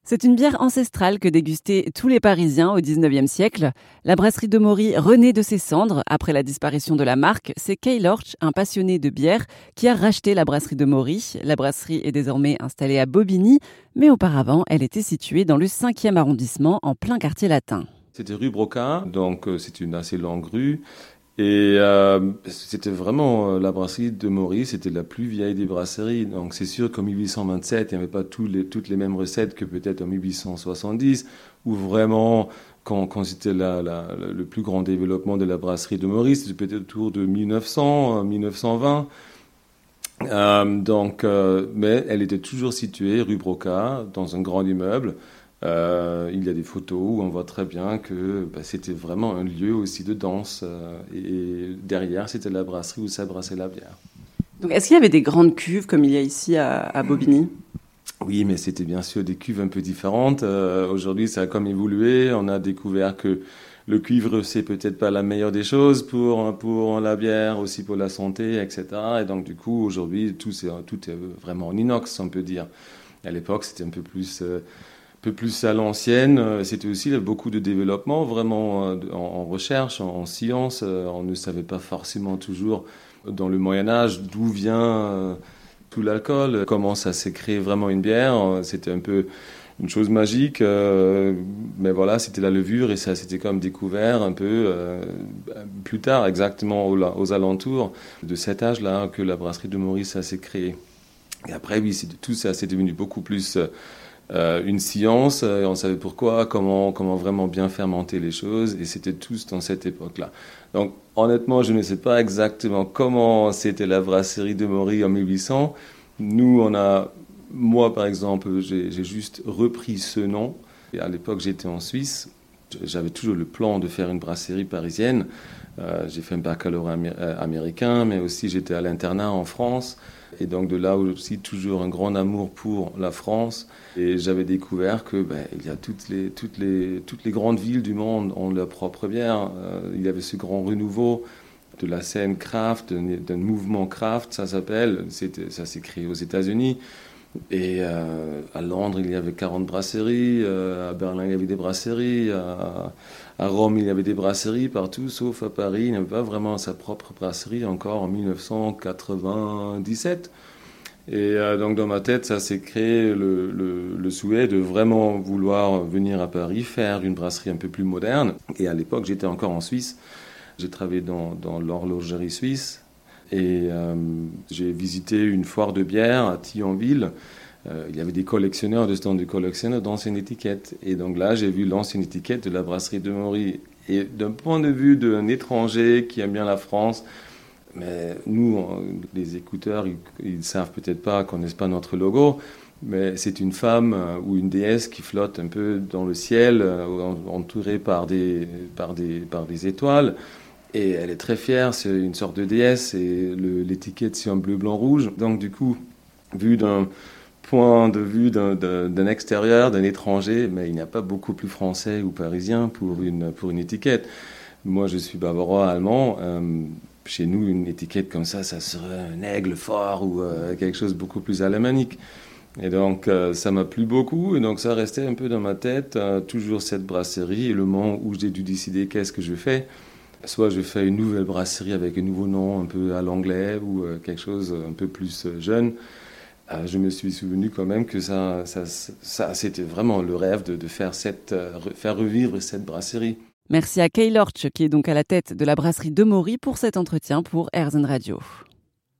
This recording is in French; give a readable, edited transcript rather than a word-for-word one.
C'est une bière ancestrale que dégustaient tous les Parisiens au XIXe siècle. La brasserie de Maury renaît de ses cendres après la disparition de la marque. C'est Kay Lorch, un passionné de bière, qui a racheté la brasserie de Maury. La brasserie est désormais installée à Bobigny, mais auparavant, elle était située dans le 5e arrondissement, en plein quartier latin. C'était rue Broca, donc c'est une assez longue rue. Et c'était vraiment la brasserie de Maury, c'était la plus vieille des brasseries. Donc c'est sûr qu'en 1827, il n'y avait pas toutes les mêmes recettes que peut-être en 1870, où vraiment, quand c'était le plus grand développement de la brasserie de Maury, c'était peut-être autour de 1900, 1920. Mais elle était toujours située rue Broca, dans un grand immeuble. Il y a des photos où on voit très bien que c'était vraiment un lieu aussi de danse. Et derrière, c'était la brasserie où ça brassait la bière. Donc, est-ce qu'il y avait des grandes cuves comme il y a ici à Bobigny ? Oui, mais c'était bien sûr des cuves un peu différentes. Aujourd'hui, ça a comme évolué. On a découvert que le cuivre, c'est peut-être pas la meilleure des choses pour la bière, aussi pour la santé, etc. Et donc, du coup, aujourd'hui, tout est vraiment en inox, on peut dire. À l'époque, c'était un peu plus à l'ancienne. C'était aussi beaucoup de développement, vraiment en recherche, en science. On ne savait pas forcément toujours, dans le Moyen-Âge, d'où vient tout l'alcool, comment ça s'est créé vraiment une bière. C'était un peu une chose magique, mais voilà, c'était la levure et ça s'était comme découvert un peu plus tard, exactement aux alentours de cet âge-là, que la brasserie de Maury, ça s'est créé. Et après, oui, tout ça, c'est devenu beaucoup plus une science, on savait pourquoi, comment vraiment bien fermenter les choses, et c'était tous dans cette époque-là. Donc honnêtement, je ne sais pas exactement comment c'était la brasserie de Maury en 1800. Moi par exemple, j'ai juste repris ce nom, et à l'époque j'étais en Suisse, j'avais toujours le plan de faire une brasserie parisienne. J'ai fait un baccalauréat américain, mais aussi j'étais à l'internat en France. Et donc de là aussi toujours un grand amour pour la France. Et j'avais découvert que il y a toutes les grandes villes du monde ont leur propre bière. Il y avait ce grand renouveau de la scène craft, d'un mouvement craft, ça s'appelle. Ça s'est créé aux États-Unis. Et à Londres, il y avait 40 brasseries. À Berlin, il y avait des brasseries. À Rome, il y avait des brasseries partout, sauf à Paris. Il n'avait pas vraiment sa propre brasserie encore en 1997. Et donc dans ma tête, ça s'est créé le souhait de vraiment vouloir venir à Paris, faire une brasserie un peu plus moderne. Et à l'époque, j'étais encore en Suisse. J'ai travaillé dans l'horlogerie suisse. Et j'ai visité une foire de bière à Thionville. Il y avait des collectionneurs, des stands de collectionneurs d'anciennes étiquettes. Et donc là, j'ai vu l'ancienne étiquette de la brasserie de Maury. Et d'un point de vue d'un étranger qui aime bien la France, mais nous, les écouteurs, ils savent peut-être pas, connaissent pas notre logo, mais c'est une femme ou une déesse qui flotte un peu dans le ciel, entourée par des étoiles. Et elle est très fière, c'est une sorte de déesse, et l'étiquette c'est en bleu, blanc, rouge. Donc du coup, vu d'un point de vue d'un extérieur, d'un étranger, mais il n'y a pas beaucoup plus français ou parisien pour une étiquette. Moi, je suis bavarois, allemand. Chez nous, une étiquette comme ça serait un aigle fort ou quelque chose de beaucoup plus alémanique. Et donc, ça m'a plu beaucoup. Et donc, ça restait un peu dans ma tête, toujours cette brasserie. Et le moment où j'ai dû décider qu'est-ce que je fais, soit je fais une nouvelle brasserie avec un nouveau nom un peu à l'anglais ou quelque chose un peu plus jeune. Je me suis souvenu quand même que ça c'était vraiment le rêve de faire revivre cette brasserie. Merci à Kay Lorch, qui est donc à la tête de la brasserie de Maury, pour cet entretien pour RZN Radio.